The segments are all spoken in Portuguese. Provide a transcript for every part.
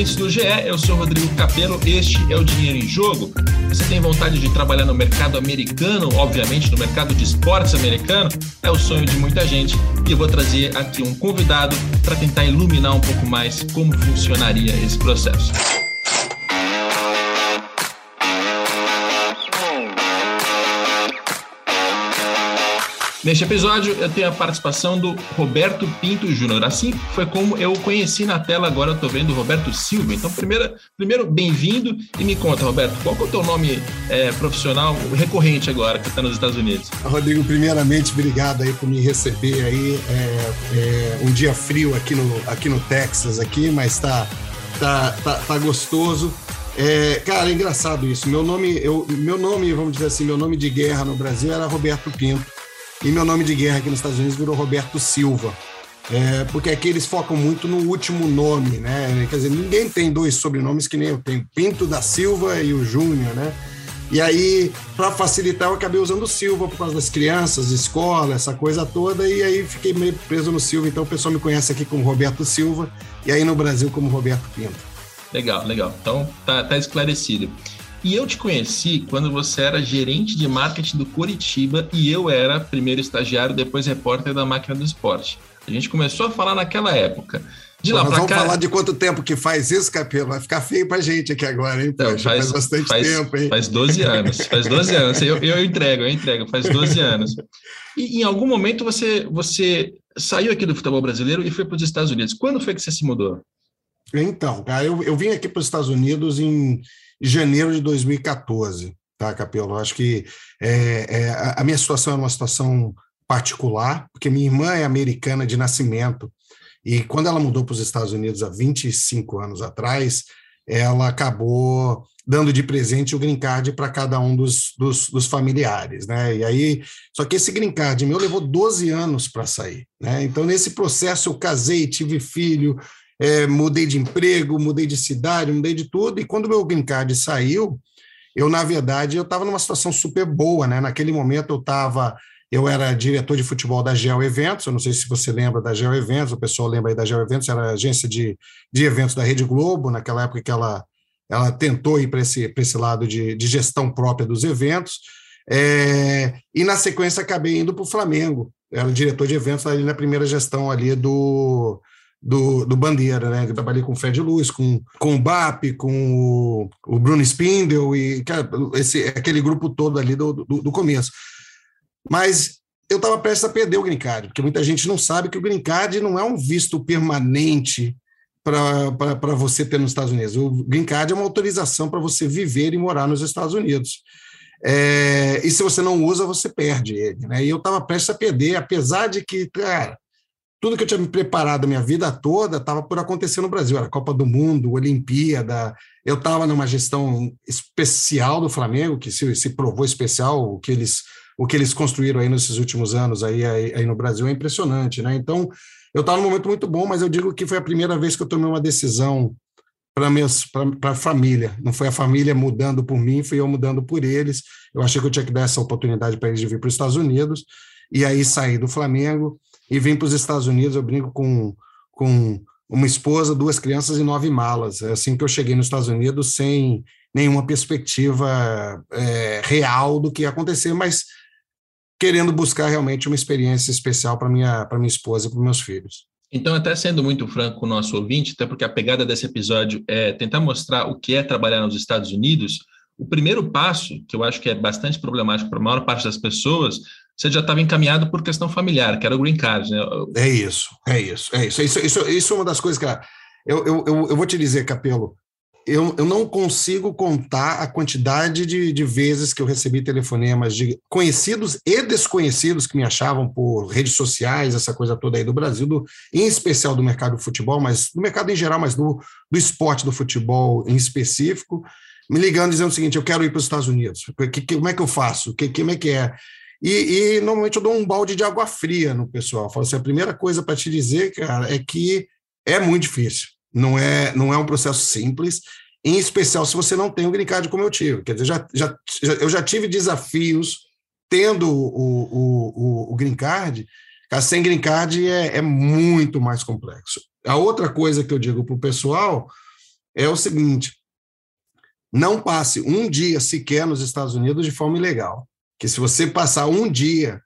ouvintes do GE, eu sou Rodrigo Capello, este é o Dinheiro em Jogo. Você tem vontade de trabalhar no mercado americano, obviamente no mercado de esportes americano? É o sonho de muita gente e eu vou trazer aqui um convidado para tentar iluminar um pouco mais como funcionaria esse processo. Neste episódio, eu tenho a participação do Roberto Pinto Júnior. Assim foi como eu o conheci na tela, agora eu estou vendo o Roberto Silva. Então, primeiro bem-vindo e me conta, Roberto, qual que é o teu nome profissional recorrente agora, que está nos Estados Unidos? Rodrigo, primeiramente, obrigado aí por me receber aí. Um dia frio aqui no Texas, mas tá gostoso. Cara, é engraçado isso. Meu nome, vamos dizer assim, meu nome de guerra no Brasil era Roberto Pinto. E meu nome de guerra aqui nos Estados Unidos virou Roberto Silva, porque aqui eles focam muito no último nome, né? Quer dizer, ninguém tem dois sobrenomes que nem eu tenho, Pinto da Silva e o Júnior, né? E aí, para facilitar, eu acabei usando o Silva por causa das crianças, escola, essa coisa toda, e aí fiquei meio preso no Silva, então o pessoal me conhece aqui como Roberto Silva, e aí no Brasil como Roberto Pinto. Legal. Então, tá esclarecido. E eu te conheci quando você era gerente de marketing do Coritiba e eu era primeiro estagiário, depois repórter da Máquina do Esporte. A gente começou a falar naquela época. Nós vamos falar de quanto tempo que faz isso, Capello? Vai ficar feio pra gente aqui agora, hein? Então, faz bastante tempo, hein? Faz 12 anos. Eu entrego. Faz 12 anos. E em algum momento você saiu aqui do futebol brasileiro e foi para os Estados Unidos. Quando foi que você se mudou? Então, cara, eu vim aqui para os Estados Unidos em janeiro de 2014, tá, Capello? Eu acho que a minha situação era uma situação particular, porque minha irmã é americana de nascimento, e quando ela mudou para os Estados Unidos há 25 anos atrás, ela acabou dando de presente o green card para cada um dos familiares, né? E aí, só que esse green card meu levou 12 anos para sair, né? Então, nesse processo, eu casei, tive filho, mudei de emprego, mudei de cidade, mudei de tudo, e quando o meu green card saiu, na verdade, eu estava numa situação super boa, né? Naquele momento eu era diretor de futebol da Geo Eventos, eu não sei se você lembra da Geo Eventos, o pessoal lembra aí da Geo Eventos, era a agência de eventos da Rede Globo, naquela época que ela tentou ir para esse lado de gestão própria dos eventos, e na sequência acabei indo para o Flamengo, eu era diretor de eventos ali na primeira gestão ali do Bandeira, né? Eu trabalhei com o Fred Luz, com o BAP, com o Bruno Spindel e aquele grupo todo ali do começo. Mas eu estava prestes a perder o green card, porque muita gente não sabe que o green card não é um visto permanente para você ter nos Estados Unidos. O green card é uma autorização para você viver e morar nos Estados Unidos. E se você não usa, você perde ele, né? E eu estava prestes a perder, apesar de que, cara, tudo que eu tinha me preparado a minha vida toda estava por acontecer no Brasil. Era Copa do Mundo, Olimpíada. Eu estava numa gestão especial do Flamengo, que se provou especial, o que eles construíram aí nesses últimos anos aí no Brasil é impressionante, né? Então, eu estava num momento muito bom, mas eu digo que foi a primeira vez que eu tomei uma decisão para a família. Não foi a família mudando por mim, fui eu mudando por eles. Eu achei que eu tinha que dar essa oportunidade para eles de vir para os Estados Unidos, e aí saí do Flamengo e vim para os Estados Unidos. Eu brinco com uma esposa, 2 crianças e 9 malas. É assim que eu cheguei nos Estados Unidos, sem nenhuma perspectiva real do que ia acontecer, mas querendo buscar realmente uma experiência especial para minha esposa e para os meus filhos. Então, até sendo muito franco com o nosso ouvinte, até porque a pegada desse episódio é tentar mostrar o que é trabalhar nos Estados Unidos, o primeiro passo, que eu acho que é bastante problemático para a maior parte das pessoas, você já estava encaminhado por questão familiar, que era o green card, né? É isso. Isso é uma das coisas, cara. Eu vou te dizer, Capello, eu não consigo contar a quantidade de vezes que eu recebi telefonemas de conhecidos e desconhecidos que me achavam por redes sociais, essa coisa toda aí do Brasil, em especial do mercado do futebol, mas do mercado em geral, mas do esporte do futebol em específico, me ligando dizendo o seguinte: eu quero ir para os Estados Unidos, como é que eu faço? Como é que é? E normalmente eu dou um balde de água fria no pessoal. Eu falo assim: a primeira coisa para te dizer, cara, é que é muito difícil. Não é um processo simples, em especial se você não tem o green card como eu tive. Quer dizer, eu já tive desafios tendo o green card. Sem green card é muito mais complexo. A outra coisa que eu digo para o pessoal é o seguinte: não passe um dia sequer nos Estados Unidos de forma ilegal. Que se você passar um dia,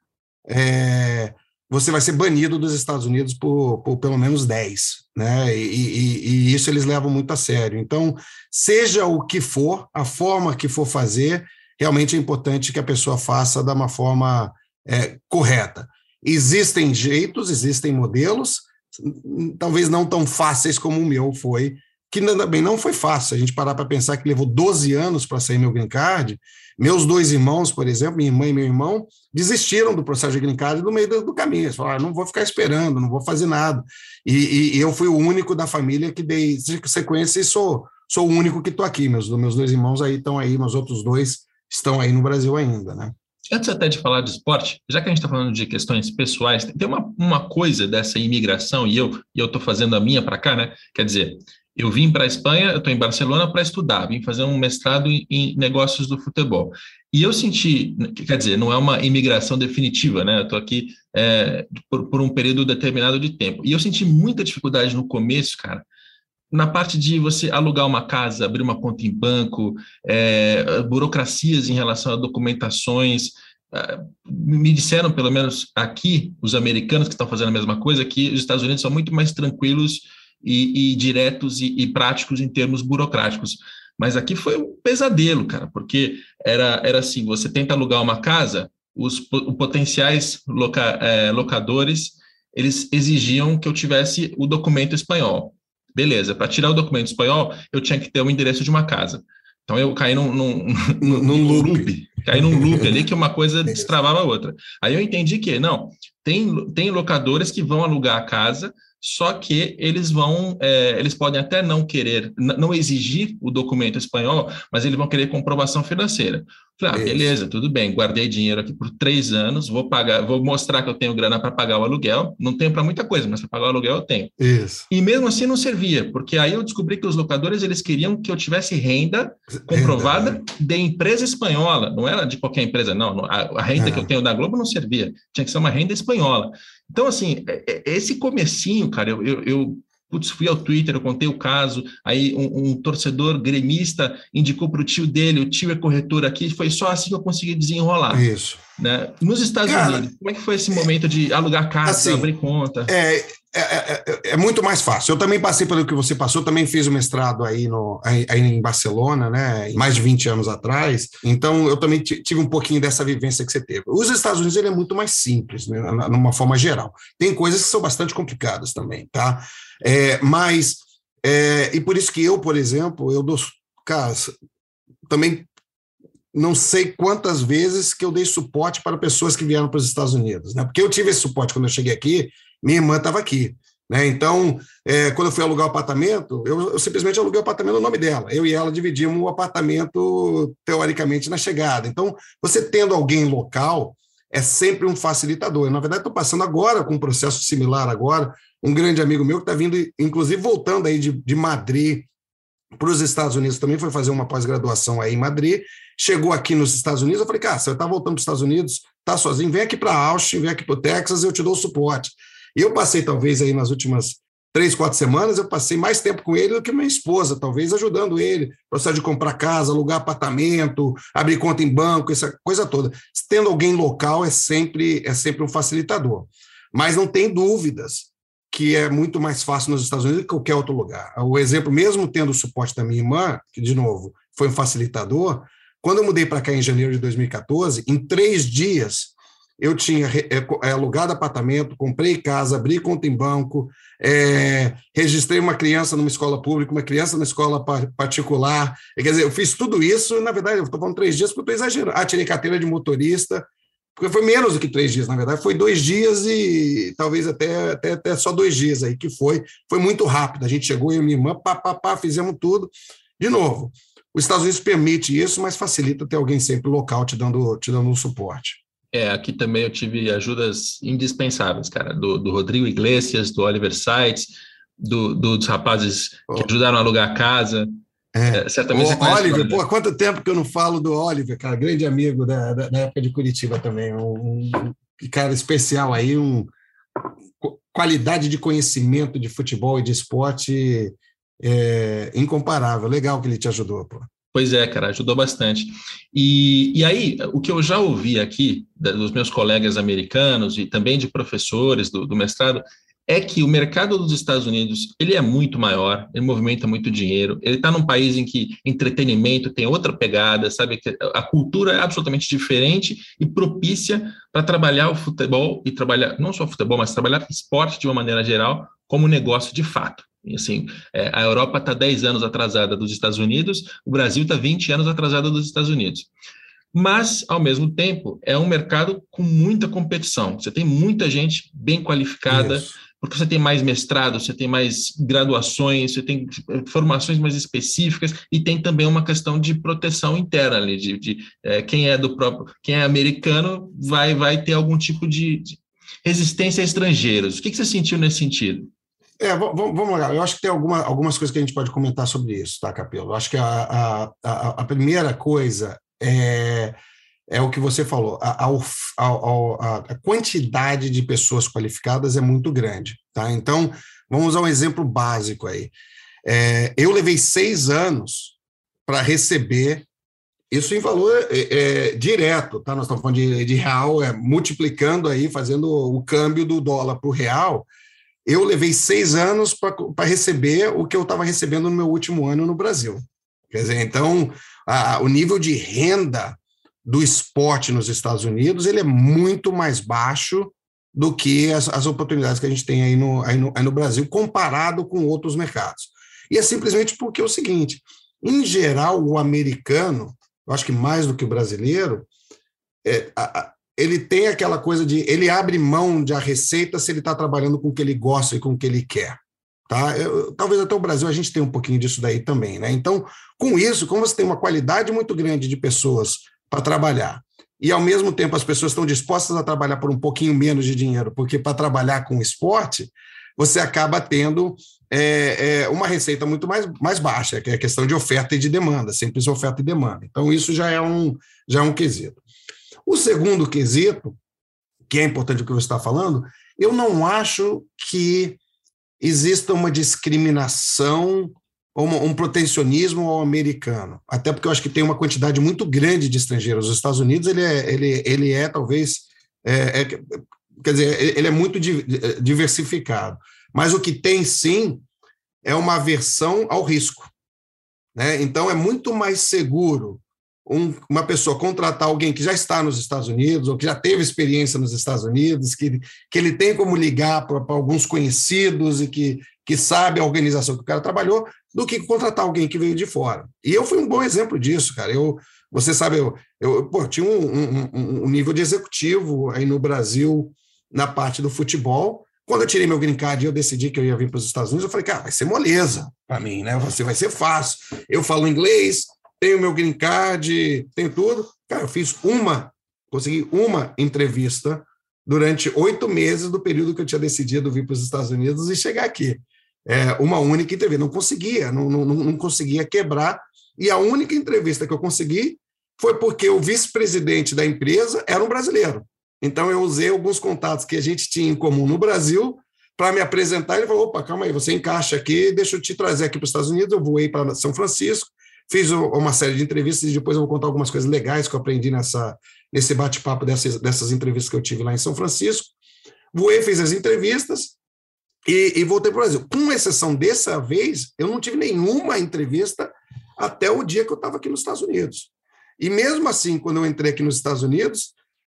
você vai ser banido dos Estados Unidos por pelo menos 10, né? E isso eles levam muito a sério. Então, seja o que for, a forma que for fazer, realmente é importante que a pessoa faça de uma forma correta. Existem jeitos, existem modelos, talvez não tão fáceis como o meu foi, que também não foi fácil. A gente parar para pensar que levou 12 anos para sair meu green card. Meus 2 irmãos, por exemplo, minha irmã e meu irmão, desistiram do processo de green card no meio do caminho. Eles falaram, não vou ficar esperando, não vou fazer nada. E eu fui o único da família que dei sequência e sou o único que estou aqui. Meus 2 irmãos aí estão aí, meus outros 2 estão aí no Brasil ainda, né? Antes até de falar de esporte, já que a gente está falando de questões pessoais, tem uma coisa dessa imigração, e eu estou fazendo a minha para cá, né? Quer dizer, eu vim para a Espanha, eu estou em Barcelona para estudar, vim fazer um mestrado em negócios do futebol. E eu senti, quer dizer, não é uma imigração definitiva, né? Eu estou aqui por um período determinado de tempo. E eu senti muita dificuldade no começo, cara, na parte de você alugar uma casa, abrir uma conta em banco, burocracias em relação a documentações. Me disseram, pelo menos aqui, os americanos que estão fazendo a mesma coisa, que os Estados Unidos são muito mais tranquilos e diretos e práticos em termos burocráticos. Mas aqui foi um pesadelo, cara, porque era assim, você tenta alugar uma casa, os potenciais locadores, eles exigiam que eu tivesse o documento espanhol. Beleza, para tirar o documento espanhol, eu tinha que ter o endereço de uma casa. Então, eu caí num loop. Caí num loop ali que uma coisa destravava a outra. Aí eu entendi que, não, tem locadores que vão alugar a casa, só que eles podem até não querer, não exigir o documento espanhol, mas eles vão querer comprovação financeira. Falei, beleza, tudo bem, guardei dinheiro aqui por 3 anos, vou mostrar que eu tenho grana para pagar o aluguel, não tenho para muita coisa, mas para pagar o aluguel eu tenho. Isso. E mesmo assim não servia, porque aí eu descobri que os locadores, eles queriam que eu tivesse renda comprovada de empresa espanhola, não era de qualquer empresa, não, a renda que eu tenho da Globo não servia, tinha que ser uma renda espanhola. Então, assim, esse comecinho, cara, eu fui ao Twitter, eu contei o caso, aí um torcedor gremista indicou para o tio dele, o tio é corretor aqui, foi só assim que eu consegui desenrolar. Isso. Né? Nos Estados Unidos, como é que foi esse momento de alugar casa, assim, abrir conta? É muito mais fácil. Eu também passei pelo que você passou, também fiz o mestrado aí em Barcelona, né, mais de 20 anos atrás, então eu também tive um pouquinho dessa vivência que você teve. Os Estados Unidos, ele é muito mais simples, né, numa forma geral. Tem coisas que são bastante complicadas também, tá? E por isso que eu, por exemplo, cara, também não sei quantas vezes que eu dei suporte para pessoas que vieram para os Estados Unidos, né? Porque eu tive esse suporte quando eu cheguei aqui, minha irmã estava aqui, né? Então, quando eu fui alugar o apartamento, eu simplesmente aluguei o apartamento no nome dela. Eu e ela dividimos o apartamento, teoricamente, na chegada. Então, você tendo alguém local, é sempre um facilitador. Eu, na verdade, estou passando agora com um processo similar agora, um grande amigo meu que está vindo, inclusive voltando aí de Madrid para os Estados Unidos, também foi fazer uma pós-graduação aí em Madrid, chegou aqui nos Estados Unidos, eu falei, cara, você está voltando para os Estados Unidos, está sozinho, vem aqui para Austin, vem aqui para o Texas, eu te dou o suporte. E eu passei, talvez, aí nas últimas 3, 4 semanas, eu passei mais tempo com ele do que minha esposa, talvez ajudando ele, processo de comprar casa, alugar apartamento, abrir conta em banco, essa coisa toda. Tendo alguém local é sempre um facilitador. Mas não tem dúvidas que é muito mais fácil nos Estados Unidos do que qualquer outro lugar. O exemplo, mesmo tendo o suporte da minha irmã, que, de novo, foi um facilitador, quando eu mudei para cá em janeiro de 2014, em 3 dias, eu tinha alugado apartamento, comprei casa, abri conta em banco, registrei uma criança numa escola pública, uma criança numa escola particular. Quer dizer, eu fiz tudo isso, na verdade, eu estou falando 3 dias porque eu estou exagerando. Tirei carteira de motorista, porque foi menos do que 3 dias, na verdade, foi 2 dias e talvez até só 2 dias aí, que foi muito rápido. A gente chegou, eu e minha irmã, fizemos tudo. De novo, os Estados Unidos permite isso, mas facilita ter alguém sempre local te dando um suporte. Aqui também eu tive ajudas indispensáveis, cara, do Rodrigo Iglesias, do Oliver Sites, dos rapazes que ajudaram a alugar a casa. Certamente você conhece Oliver, pô, quanto tempo que eu não falo do Oliver, cara, grande amigo da época de Curitiba também, um cara especial aí, qualidade de conhecimento de futebol e de esporte incomparável. Legal que ele te ajudou, pô. Pois é, cara, ajudou bastante. E aí, o que eu já ouvi aqui dos meus colegas americanos e também de professores do mestrado é que o mercado dos Estados Unidos ele é muito maior, ele movimenta muito dinheiro, ele está num país em que entretenimento tem outra pegada, sabe? Que a cultura é absolutamente diferente e propícia para trabalhar o futebol e trabalhar, não só futebol, mas trabalhar esporte de uma maneira geral como negócio de fato. E assim, a Europa está 10 anos atrasada dos Estados Unidos, o Brasil está 20 anos atrasado dos Estados Unidos. Mas, ao mesmo tempo, é um mercado com muita competição. Você tem muita gente bem qualificada, isso, porque você tem mais mestrado, você tem mais graduações, você tem formações mais específicas e tem também uma questão de proteção interna ali, quem é do próprio, quem é americano vai ter algum tipo de resistência a estrangeiros. O que você sentiu nesse sentido? Vamos lá. Eu acho que tem algumas coisas que a gente pode comentar sobre isso, tá, Capelo? Eu acho que a primeira coisa é o que você falou. A quantidade de pessoas qualificadas é muito grande, tá? Então, vamos usar um exemplo básico aí. Eu levei 6 anos para receber isso em valor direto, tá? Nós estamos falando de real, multiplicando aí, fazendo o câmbio do dólar para o real. Eu levei 6 anos para receber o que eu estava recebendo no meu último ano no Brasil. Quer dizer, então, o nível de renda do esporte nos Estados Unidos ele é muito mais baixo do que as oportunidades que a gente tem aí no Brasil, comparado com outros mercados. E é simplesmente porque é o seguinte, em geral, o americano, eu acho que mais do que o brasileiro, ele tem aquela coisa de, ele abre mão da receita se ele está trabalhando com o que ele gosta e com o que ele quer. Tá? Talvez até o Brasil a gente tenha um pouquinho disso daí também, né? Então, com isso, como você tem uma qualidade muito grande de pessoas para trabalhar, e ao mesmo tempo as pessoas estão dispostas a trabalhar por um pouquinho menos de dinheiro, porque para trabalhar com esporte, você acaba tendo uma receita muito mais baixa, que é a questão de oferta e de demanda, sempre oferta e demanda. Então, isso já é um quesito. O segundo quesito, que é importante o que você está falando, eu não acho que exista uma discriminação ou um protecionismo ao americano, até porque eu acho que tem uma quantidade muito grande de estrangeiros. Os Estados Unidos, ele é talvez, quer dizer, ele é muito diversificado, mas o que tem sim é uma aversão ao risco, né? Então é muito mais seguro uma pessoa contratar alguém que já está nos Estados Unidos ou que já teve experiência nos Estados Unidos, que ele tem como ligar para alguns conhecidos e que sabe a organização que o cara trabalhou, do que contratar alguém que veio de fora. E eu fui um bom exemplo disso, cara. Você sabe, eu tinha um nível de executivo aí no Brasil na parte do futebol. Quando eu tirei meu green card e eu decidi que eu ia vir para os Estados Unidos, eu falei, cara, vai ser moleza para mim, né? Vai ser fácil. Eu falo inglês, tenho meu green card, tenho tudo. Cara, eu consegui uma entrevista durante 8 meses do período que eu tinha decidido vir para os Estados Unidos e chegar aqui. Uma única entrevista. Não conseguia quebrar. E a única entrevista que eu consegui foi porque o vice-presidente da empresa era um brasileiro. Então, eu usei alguns contatos que a gente tinha em comum no Brasil para me apresentar. Ele falou, opa, calma aí, você encaixa aqui, deixa eu te trazer aqui para os Estados Unidos. Eu voei para São Francisco, fiz uma série de entrevistas e depois eu vou contar algumas coisas legais que eu aprendi nesse bate-papo dessas entrevistas que eu tive lá em São Francisco. Voei, fiz as entrevistas e voltei para o Brasil. Com exceção dessa vez, eu não tive nenhuma entrevista até o dia que eu estava aqui nos Estados Unidos. E mesmo assim, quando eu entrei aqui nos Estados Unidos,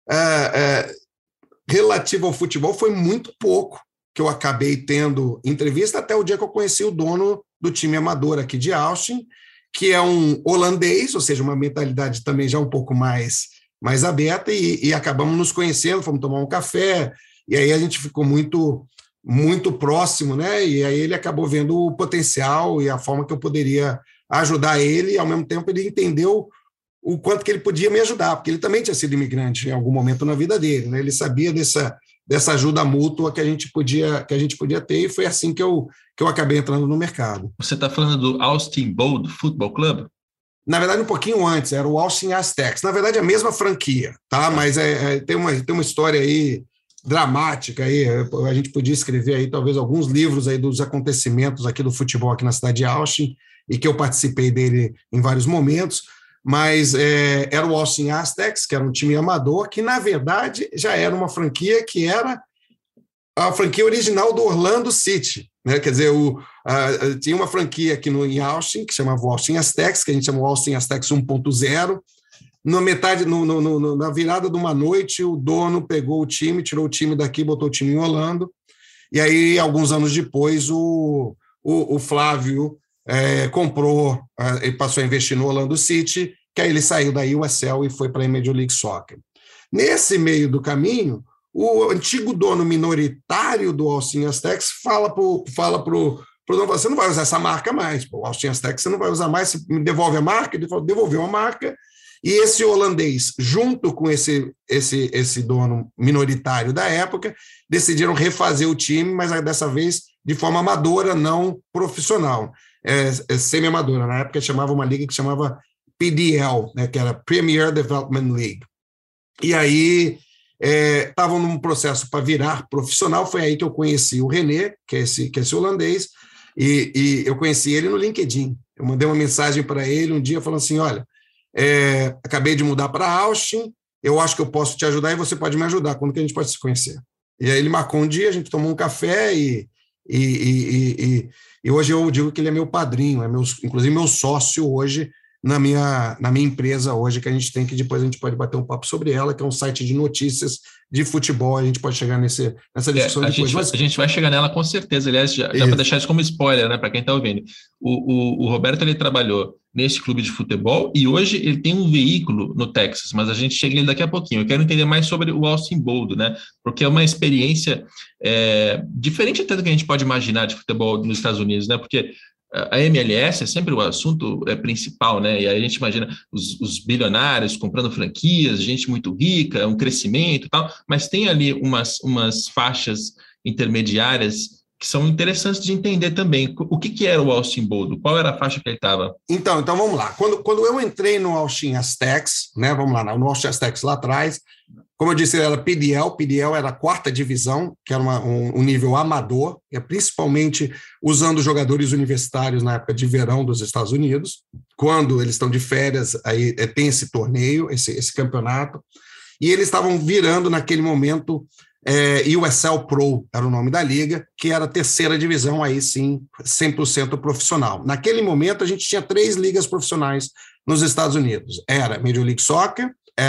relativo ao futebol, foi muito pouco que eu acabei tendo entrevista até o dia que eu conheci o dono do time amador aqui de Austin, que é um holandês, ou seja, uma mentalidade também já um pouco mais aberta, e acabamos nos conhecendo, fomos tomar um café, e aí a gente ficou muito, muito próximo, né? E aí ele acabou vendo o potencial e a forma que eu poderia ajudar ele, e ao mesmo tempo ele entendeu o quanto que ele podia me ajudar, porque ele também tinha sido imigrante em algum momento na vida dele, né? Ele sabia dessa ajuda mútua que a gente podia ter, e foi assim que eu acabei entrando no mercado. Você está falando do Austin Bold Football Club? Na verdade, um pouquinho antes, era o Austin Aztecs. Na verdade, é a mesma franquia, tá? Mas tem uma história aí dramática aí, a gente podia escrever aí talvez alguns livros aí dos acontecimentos aqui do futebol aqui na cidade de Austin, e que eu participei dele em vários momentos, mas era o Austin Aztecs, que era um time amador, que na verdade já era uma franquia que era a franquia original do Orlando City, né? Quer dizer, tinha uma franquia aqui em Austin, que chamava Austin Aztecs, que a gente chama Austin Aztecs 1.0. Na virada de uma noite, o dono pegou o time, tirou o time daqui, botou o time em Orlando, e aí, alguns anos depois, o Flávio comprou, ele passou a investir no Orlando City, que aí ele saiu da USL e foi para a Major League Soccer. Nesse meio do caminho, o antigo dono minoritário do Austin Aztecs fala para o dono, você não vai usar essa marca mais, o Austin Aztecs você não vai usar mais, você me devolve a marca, ele falou, devolveu a marca, e esse holandês, junto com esse dono minoritário da época, decidiram refazer o time, mas dessa vez de forma amadora, não profissional, semi-amadora. Na época chamava uma liga que chamava PDL, né, que era Premier Development League. E aí estavam num processo para virar profissional, foi aí que eu conheci o René, que é esse holandês, e eu conheci ele no LinkedIn. Eu mandei uma mensagem para ele um dia falando assim, olha, acabei de mudar para Austin, eu acho que eu posso te ajudar e você pode me ajudar, quando que a gente pode se conhecer? E aí ele marcou um dia, a gente tomou um café e hoje eu digo que ele é meu padrinho, inclusive meu sócio hoje na minha empresa hoje, que a gente tem, que depois a gente pode bater um papo sobre ela, que é um site de notícias de futebol, a gente pode chegar nessa discussão depois. A gente vai chegar nela com certeza, aliás, já para deixar isso como spoiler, né, para quem está ouvindo. O Roberto, ele trabalhou nesse clube de futebol e hoje ele tem um veículo no Texas, mas a gente chega nele daqui a pouquinho. Eu quero entender mais sobre o Austin Bold, né, porque é uma experiência diferente até do que a gente pode imaginar de futebol nos Estados Unidos, né, porque a MLS é sempre o assunto principal, né? E aí a gente imagina os bilionários comprando franquias, gente muito rica, um crescimento e tal, mas tem ali umas faixas intermediárias que são interessantes de entender também. O que era o Austin Bold? Qual era a faixa que ele estava? Então vamos lá. Quando eu entrei no Austin Aztecs, né? Vamos lá, no Austin Aztecs lá atrás, como eu disse, era PDL era a 4ª divisão, que era um nível amador, principalmente usando jogadores universitários na época de verão dos Estados Unidos. Quando eles estão de férias, aí tem esse torneio, esse campeonato, e eles estavam virando naquele momento USL Pro, era o nome da liga, que era a 3ª divisão, aí sim, 100% profissional. Naquele momento, a gente tinha 3 ligas profissionais nos Estados Unidos. Era Major League Soccer,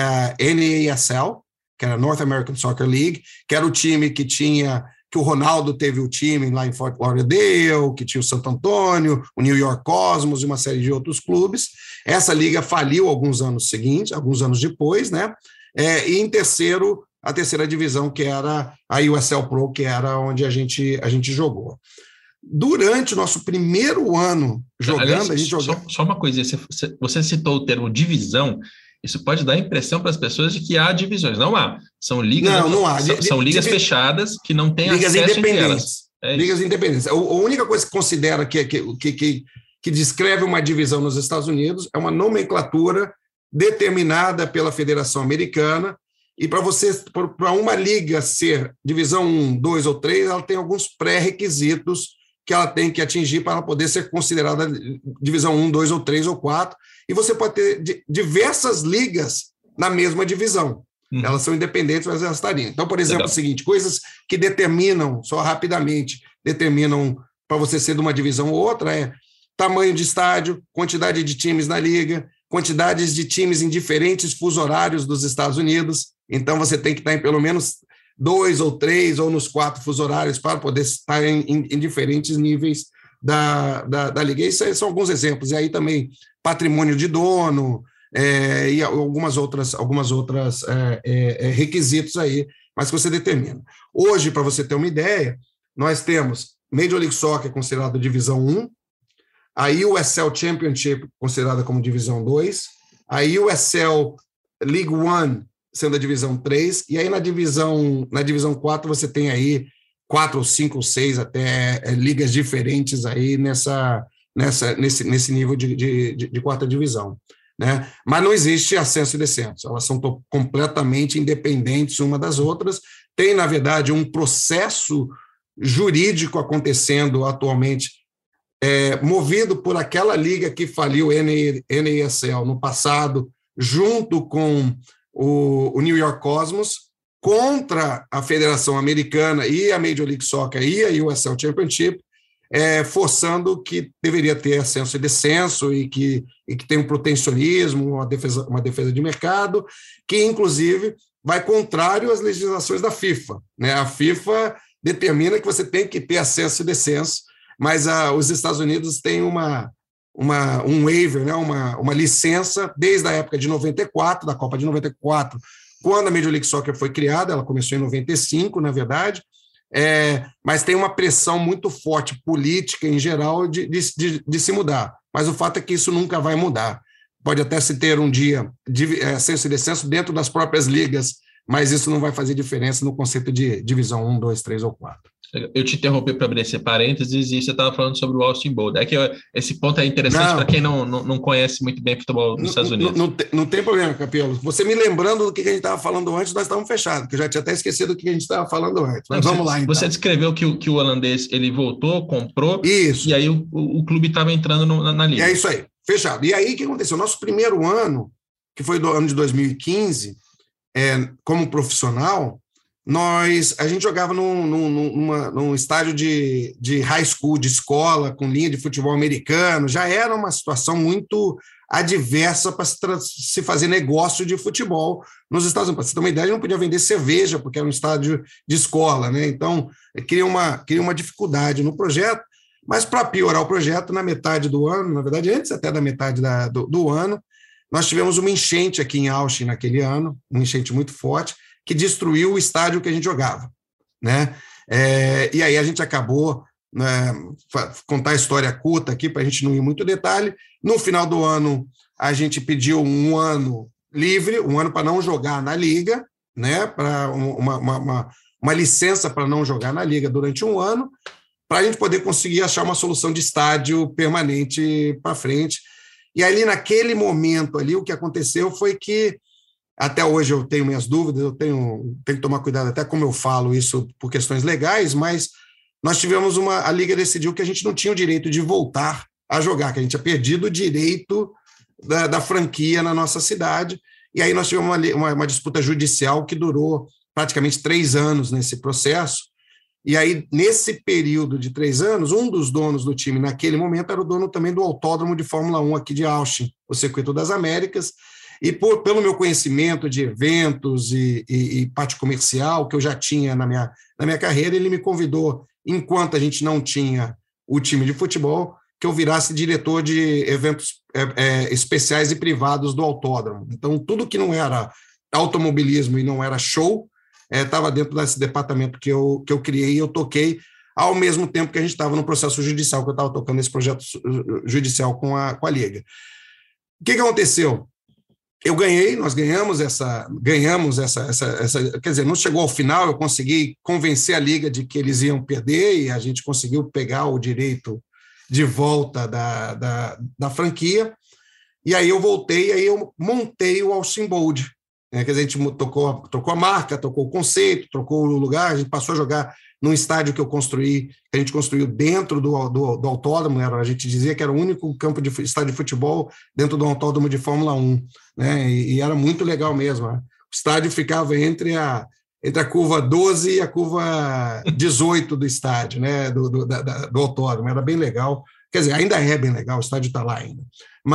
NASL, que era North American Soccer League, que era o time que o Ronaldo teve o time lá em Fort Lauderdale, que tinha o Santo Antônio, o New York Cosmos e uma série de outros clubes. Essa liga faliu alguns anos depois, né? E em terceiro, a 3ª divisão, que era a USL Pro, que era onde a gente jogou. Durante o nosso primeiro ano jogando, aliás, a gente jogou... Só uma coisinha, você citou o termo divisão. Isso pode dar a impressão para as pessoas de que há divisões. Não há. São ligas, não há. São ligas fechadas que não têm acesso entre elas. Ligas independentes. A única coisa que considera que descreve uma divisão nos Estados Unidos é uma nomenclatura determinada pela Federação Americana, e para uma liga ser divisão 1, 2 ou 3, ela tem alguns pré-requisitos que ela tem que atingir para poder ser considerada divisão 1, 2 ou 3 ou 4, e você pode ter diversas ligas na mesma divisão. Elas são independentes, mas elas estariam. Então, por exemplo, o seguinte, coisas que determinam, só rapidamente, para você ser de uma divisão ou outra, tamanho de estádio, quantidade de times na liga, quantidades de times em diferentes fuso horários dos Estados Unidos. Então, você tem que estar em pelo menos 2 ou 3 ou nos 4 fuso horários para poder estar em diferentes níveis da liga. Esses são alguns exemplos. E aí também patrimônio de dono e algumas outras requisitos aí, mas que você determina. Hoje, para você ter uma ideia, nós temos Major League Soccer considerado divisão 1, a USL Championship considerada como divisão 2, a USL League One sendo a divisão 3, e aí na divisão 4 você tem aí 4 ou 5 ou 6 até ligas diferentes aí nesse nível de 4ª divisão. né? Mas não existe ascenso e descenso, elas são completamente independentes uma das outras. Tem, na verdade, um processo jurídico acontecendo atualmente, movido por aquela liga que faliu, NASL, no passado, junto com o New York Cosmos, contra a Federação Americana e a Major League Soccer e a USL Championship, forçando que deveria ter ascenso e descenso e que tem um protecionismo, uma defesa de mercado, que, inclusive, vai contrário às legislações da FIFA, né? A FIFA determina que você tem que ter ascenso e descenso, mas os Estados Unidos têm um waiver, né? uma licença, desde a época de 94, da Copa de 94, quando a Major League Soccer foi criada. Ela começou em 95, na verdade, mas tem uma pressão muito forte política, em geral, de se mudar. Mas o fato é que isso nunca vai mudar. Pode até se ter um dia de ascenso e descenso dentro das próprias ligas, mas isso não vai fazer diferença no conceito de divisão 1, 2, 3 ou 4. Eu te interrompi para abrir esse parênteses e você estava falando sobre o Austin Bold. É que esse ponto é interessante para quem não conhece muito bem futebol nos Estados Unidos. Não tem problema, Capelo. Você me lembrando do que a gente estava falando antes, nós estávamos fechados, que eu já tinha até esquecido do que a gente estava falando antes. Mas vamos lá, então. Você descreveu que o holandês ele voltou, comprou, isso. E aí o clube estava entrando na liga. É isso aí, fechado. E aí o que aconteceu? Nosso primeiro ano, que foi do ano de 2015, como profissional, a gente jogava num estádio de high school, de escola, com linha de futebol americano. Já era uma situação muito adversa para se fazer negócio de futebol nos Estados Unidos. Para você ter uma ideia, não podia vender cerveja, porque era um estádio de escola, né? Então, cria uma dificuldade no projeto. Mas, para piorar o projeto, na metade do ano, na verdade, antes até da metade do ano, nós tivemos uma enchente aqui em Austin naquele ano, uma enchente muito forte, que destruiu o estádio que a gente jogava, né? E aí a gente acabou, né, contar a história curta aqui, para a gente não ir muito detalhe. No final do ano, a gente pediu um ano livre, um ano para não jogar na liga, né? Para uma licença para não jogar na liga durante um ano, para a gente poder conseguir achar uma solução de estádio permanente para frente. E ali, naquele momento ali, o que aconteceu foi que, até hoje eu tenho minhas dúvidas, eu tenho que tomar cuidado até como eu falo isso por questões legais, mas nós tivemos a Liga decidiu que a gente não tinha o direito de voltar a jogar, que a gente tinha perdido o direito da franquia na nossa cidade, e aí nós tivemos uma disputa judicial que durou praticamente 3 anos nesse processo, e aí nesse período de 3 anos, um dos donos do time naquele momento era o dono também do Autódromo de Fórmula 1 aqui de Austin, o Circuito das Américas. E pelo meu conhecimento de eventos e parte comercial que eu já tinha na minha carreira, ele me convidou, enquanto a gente não tinha o time de futebol, que eu virasse diretor de eventos especiais e privados do autódromo. Então, tudo que não era automobilismo e não era show, estava dentro desse departamento que eu criei e eu toquei, ao mesmo tempo que a gente estava no processo judicial, que eu estava tocando esse projeto judicial com a Liga. O que aconteceu? Nós ganhamos essa, quer dizer, não chegou ao final, eu consegui convencer a Liga de que eles iam perder e a gente conseguiu pegar o direito de volta da franquia, e aí eu voltei, aí eu montei o Austin Bold, né? Quer dizer, a gente trocou a marca, trocou o conceito, trocou o lugar, a gente passou a jogar num estádio que a gente construiu dentro do autódromo, a gente dizia que era o único estádio de futebol dentro do autódromo de Fórmula 1, né? E era muito legal mesmo. O estádio ficava entre a curva 12 e a curva 18 do estádio, né? do autódromo, era bem legal. Quer dizer, ainda é bem legal, o estádio está lá ainda.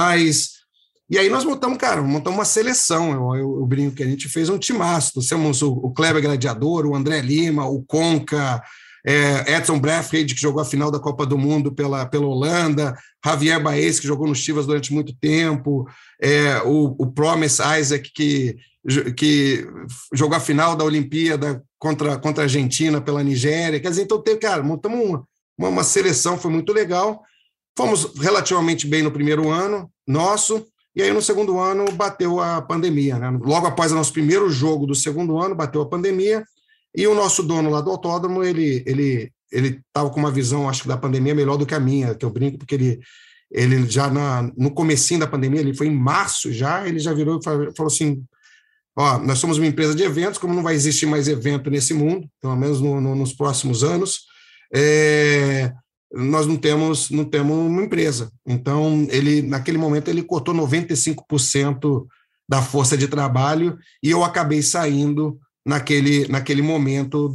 E aí nós montamos uma seleção, eu brinco que a gente fez um timaço, temos o Kleber Gladiador, o André Lima, o Conca, Edson Braithwaite, que jogou a final da Copa do Mundo pela Holanda, Javier Baez, que jogou no Chivas durante muito tempo, o Promise Isaac, que jogou a final da Olimpíada contra a Argentina pela Nigéria. Quer dizer, então, montamos uma seleção, foi muito legal, fomos relativamente bem no primeiro ano nosso. E aí, no segundo ano, bateu a pandemia, né? Logo após o nosso primeiro jogo do segundo ano, bateu a pandemia, e o nosso dono lá do autódromo, ele estava com uma visão, acho que da pandemia, melhor do que a minha, que eu brinco, porque ele já no comecinho da pandemia, ele foi em março já, ele já virou e falou assim, ó, nós somos uma empresa de eventos, como não vai existir mais evento nesse mundo, pelo menos nos próximos anos, nós não temos uma empresa. Então, naquele momento, ele cortou 95% da força de trabalho e eu acabei saindo naquele momento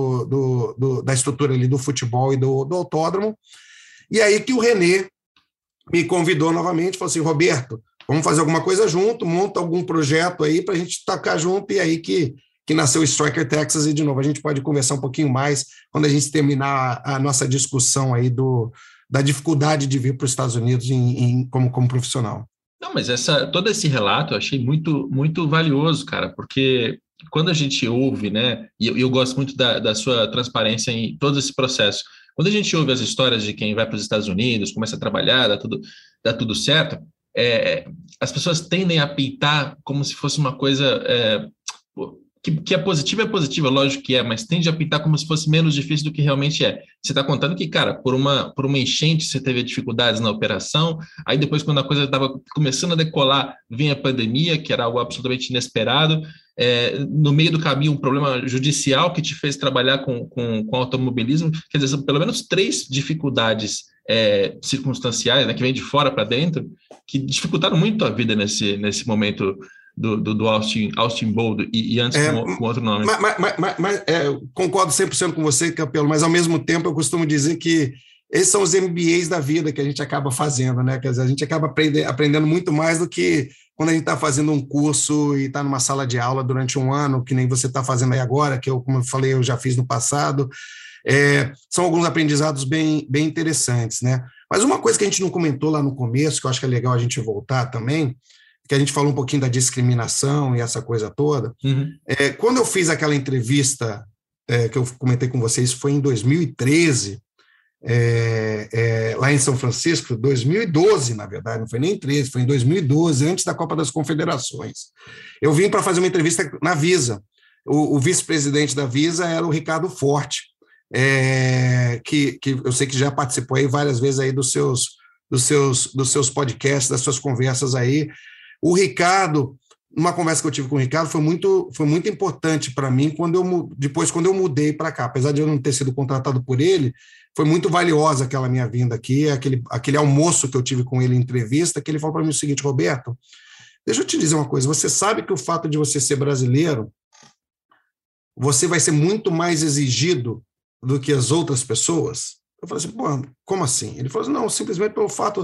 da estrutura ali do futebol e do autódromo. E aí que o René me convidou novamente, falou assim, Roberto, vamos fazer alguma coisa junto, monta algum projeto aí para a gente tocar junto, e aí que nasceu o Striker Texas, e de novo, a gente pode conversar um pouquinho mais quando a gente terminar a nossa discussão aí da dificuldade de vir para os Estados Unidos como profissional. Não, mas todo esse relato eu achei muito, muito valioso, cara, porque quando a gente ouve, né, e eu gosto muito da sua transparência em todo esse processo, quando a gente ouve as histórias de quem vai para os Estados Unidos, começa a trabalhar, dá tudo certo, as pessoas tendem a pintar como se fosse uma coisa que é positiva, lógico que é, mas tende a pintar como se fosse menos difícil do que realmente é. Você está contando que, cara, por uma enchente você teve dificuldades na operação, aí depois, quando a coisa estava começando a decolar, vinha a pandemia, que era algo absolutamente inesperado, no meio do caminho um problema judicial que te fez trabalhar com automobilismo, quer dizer, são pelo menos 3 dificuldades circunstanciais, né, que vêm de fora para dentro, que dificultaram muito a vida nesse momento do Austin Bold, e antes com outro nome. Mas concordo 100% com você, Capelo, mas ao mesmo tempo eu costumo dizer que esses são os MBAs da vida que a gente acaba fazendo, né? Quer dizer, a gente acaba aprendendo muito mais do que quando a gente está fazendo um curso e está numa sala de aula durante um ano, que nem você está fazendo aí agora, que como eu falei, eu já fiz no passado. São alguns aprendizados bem interessantes, né? Mas uma coisa que a gente não comentou lá no começo, que eu acho que é legal a gente voltar também, que a gente falou um pouquinho da discriminação e essa coisa toda. Uhum. Quando eu fiz aquela entrevista que eu comentei com vocês, foi em 2013, lá em São Francisco, 2012, na verdade, não foi nem 13, foi em 2012, antes da Copa das Confederações. Eu vim para fazer uma entrevista na Visa. O vice-presidente da Visa era o Ricardo Forte, que eu sei que já participou aí várias vezes aí dos seus podcasts, das suas conversas aí. O Ricardo, uma conversa que eu tive com o Ricardo, foi muito importante para mim quando eu mudei para cá. Apesar de eu não ter sido contratado por ele, foi muito valiosa aquela minha vinda aqui, aquele almoço que eu tive com ele em entrevista, que ele falou para mim o seguinte, Roberto, deixa eu te dizer uma coisa, você sabe que o fato de você ser brasileiro, você vai ser muito mais exigido do que as outras pessoas? Eu falei assim, pô, como assim? Ele falou assim, não, simplesmente pelo fato...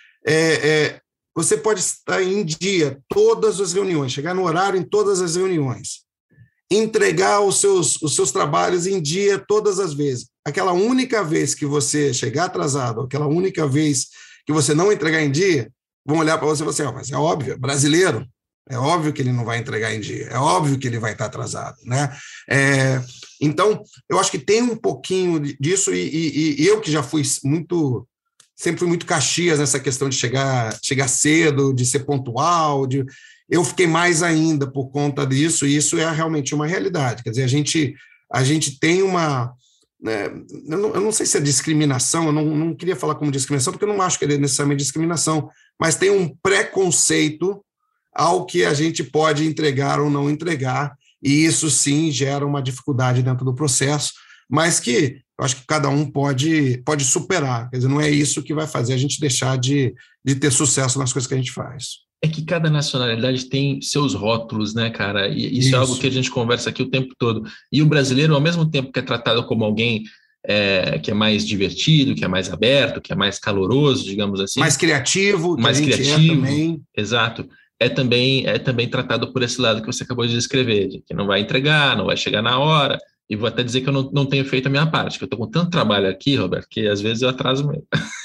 você pode estar em dia todas as reuniões, chegar no horário em todas as reuniões, entregar os seus trabalhos em dia todas as vezes. Aquela única vez que você chegar atrasado, aquela única vez que você não entregar em dia, vão olhar para você e falar assim, mas é óbvio, é brasileiro, é óbvio que ele não vai entregar em dia, é óbvio que ele vai estar atrasado, né? Então, eu acho que tem um pouquinho disso, e eu que já sempre fui muito Caxias nessa questão de chegar cedo, de ser pontual, eu fiquei mais ainda por conta disso, e isso é realmente uma realidade. Quer dizer, a gente tem uma... Né, eu não sei se é discriminação, eu não queria falar como discriminação, porque eu não acho que é necessariamente discriminação, mas tem um preconceito ao que a gente pode entregar ou não entregar, e isso sim gera uma dificuldade dentro do processo, mas que eu acho que cada um pode superar. Quer dizer, não é isso que vai fazer a gente deixar de ter sucesso nas coisas que a gente faz. É que cada nacionalidade tem seus rótulos, né, cara? E isso é algo que a gente conversa aqui o tempo todo. E o brasileiro, ao mesmo tempo que é tratado como alguém que é mais divertido, que é mais aberto, que é mais caloroso, digamos assim. Mais criativo, também. Exato. É também tratado por esse lado que você acabou de descrever, de que não vai entregar, não vai chegar na hora. E vou até dizer que eu não tenho feito a minha parte, que eu estou com tanto trabalho aqui, Roberto, que às vezes eu atraso mesmo.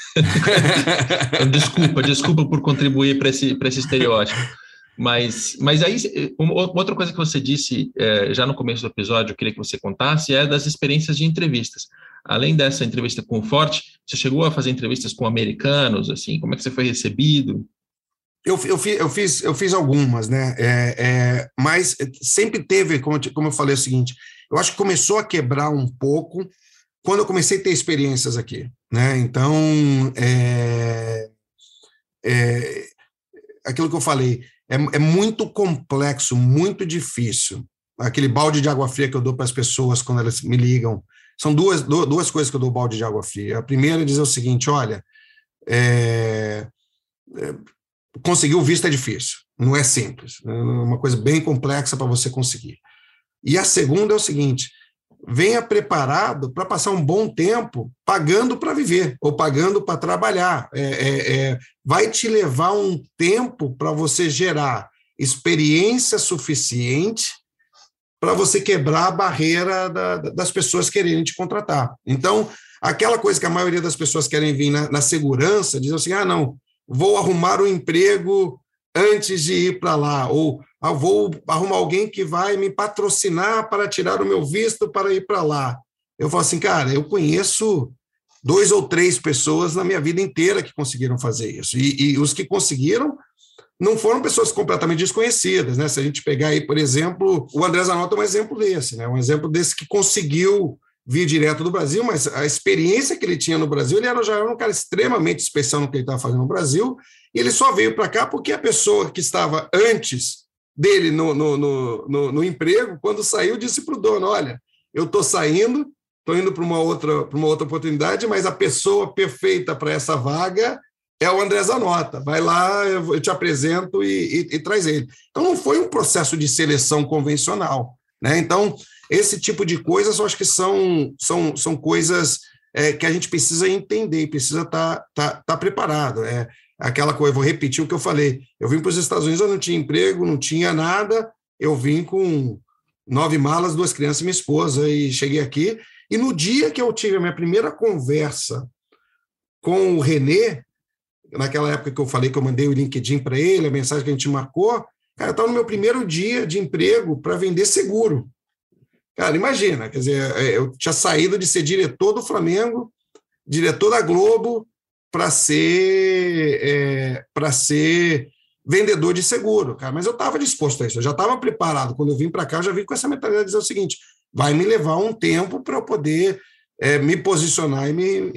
Então, desculpa por contribuir para esse estereótipo. Mas aí, outra coisa que você disse já no começo do episódio, eu queria que você contasse, é das experiências de entrevistas. Além dessa entrevista com o Forte, você chegou a fazer entrevistas com americanos, assim, como é que você foi recebido? Eu fiz algumas, né? Mas sempre teve, como eu falei, o seguinte, eu acho que começou a quebrar um pouco quando eu comecei a ter experiências aqui, né? Então, aquilo que eu falei, é muito complexo, muito difícil. Aquele balde de água fria que eu dou para as pessoas quando elas me ligam, são duas coisas que eu dou balde de água fria. A primeira é dizer o seguinte, olha, conseguir o visto é difícil, não é simples, é uma coisa bem complexa para você conseguir. E a segunda é o seguinte, venha preparado para passar um bom tempo pagando para viver ou pagando para trabalhar. Vai te levar um tempo para você gerar experiência suficiente para você quebrar a barreira das pessoas quererem te contratar. Então, aquela coisa que a maioria das pessoas querem vir na segurança, diz assim, não, vou arrumar um emprego antes de ir para lá, ou vou arrumar alguém que vai me patrocinar para tirar o meu visto para ir para lá. Eu falo assim, cara, eu conheço 2 ou 3 pessoas na minha vida inteira que conseguiram fazer isso, e os que conseguiram não foram pessoas completamente desconhecidas, né? Se a gente pegar aí, por exemplo, o André Zanotto é um exemplo desse, né? Um exemplo desse que conseguiu vir direto do Brasil, mas a experiência que ele tinha no Brasil, ele já era um cara extremamente especial no que ele estava fazendo no Brasil, e ele só veio para cá porque a pessoa que estava antes dele no emprego, quando saiu, disse para o dono, olha, eu estou saindo, estou indo para uma outra oportunidade, mas a pessoa perfeita para essa vaga é o André Zanotto, vai lá, eu te apresento e traz ele. Então, não foi um processo de seleção convencional, né? Então, esse tipo de coisas, eu acho que são coisas que a gente precisa entender, precisa estar preparado. Aquela coisa, vou repetir o que eu falei, eu vim para os Estados Unidos, eu não tinha emprego, não tinha nada, eu vim com 9 malas, 2 crianças e minha esposa, e cheguei aqui, e no dia que eu tive a minha primeira conversa com o René, naquela época que eu falei que eu mandei o LinkedIn para ele, a mensagem que a gente marcou, cara, eu estava no meu primeiro dia de emprego para vender seguro. Cara, imagina, quer dizer, eu tinha saído de ser diretor do Flamengo, diretor da Globo, para ser vendedor de seguro, cara. Mas eu estava disposto a isso, eu já estava preparado. Quando eu vim para cá, eu já vim com essa mentalidade de dizer o seguinte, vai me levar um tempo para eu poder me posicionar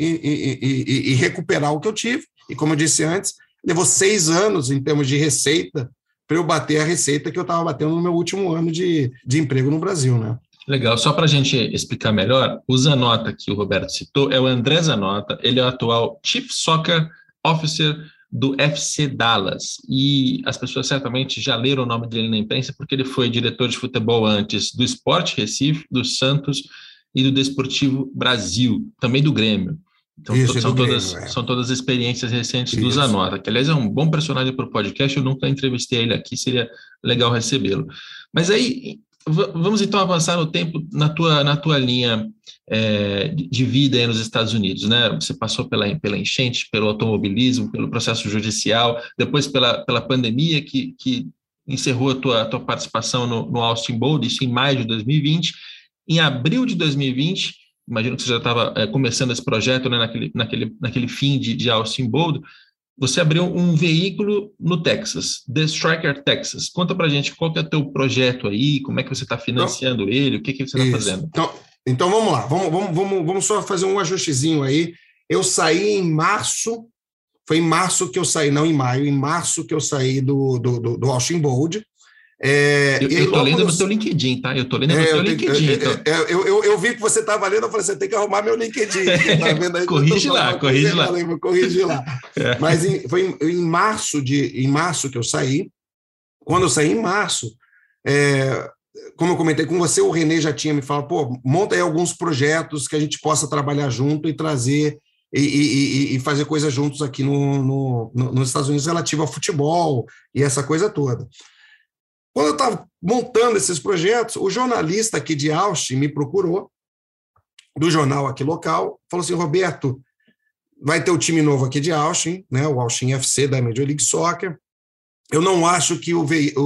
e recuperar o que eu tive. E como eu disse antes, levou 6 anos em termos de receita para eu bater a receita que eu estava batendo no meu último ano de emprego no Brasil, né? Legal, só para a gente explicar melhor, o Zanotto que o Roberto citou é o André Zanotto, ele é o atual Chief Soccer Officer do FC Dallas, e as pessoas certamente já leram o nome dele na imprensa porque ele foi diretor de futebol antes do Sport Recife, do Santos e do Desportivo Brasil, também do Grêmio. Então, isso, são todas experiências recentes do Zanotto, que, aliás, é um bom personagem para o podcast, eu nunca entrevistei ele aqui, seria legal recebê-lo. Mas aí, vamos então avançar no tempo na tua linha de vida aí nos Estados Unidos, né? Você passou pela enchente, pelo automobilismo, pelo processo judicial, depois pela pandemia que encerrou a tua participação no Austin Bold, isso em maio de 2020. Em abril de 2020, imagino que você já estava começando esse projeto, né, naquele fim de Austin Bold, você abriu um veículo no Texas, The Striker Texas. Conta pra gente qual que é o teu projeto aí, como é que você está financiando ele, o que você está fazendo? Então vamos lá, vamos só fazer um ajustezinho aí. Eu saí em março, foi em março que eu saí, não em maio, em março que eu saí do Austin Bold. Eu estou lendo no teu LinkedIn, tá? Eu estou lendo no teu LinkedIn. Eu vi que você estava lendo, eu falei, você tem que arrumar meu LinkedIn. Tá vendo aí? Corrige lá. Vou corrigir lá. Mas foi em março que eu saí. Quando eu saí em março, como eu comentei com você, o René já tinha me falado, pô, monta aí alguns projetos que a gente possa trabalhar junto e trazer e fazer coisas juntos aqui nos Estados Unidos relativo ao futebol e essa coisa toda. Quando eu estava montando esses projetos, o jornalista aqui de Austin me procurou, do jornal aqui local, falou assim, Roberto, vai ter o time novo aqui de Austin, né, o Austin FC da Major League Soccer, eu não acho que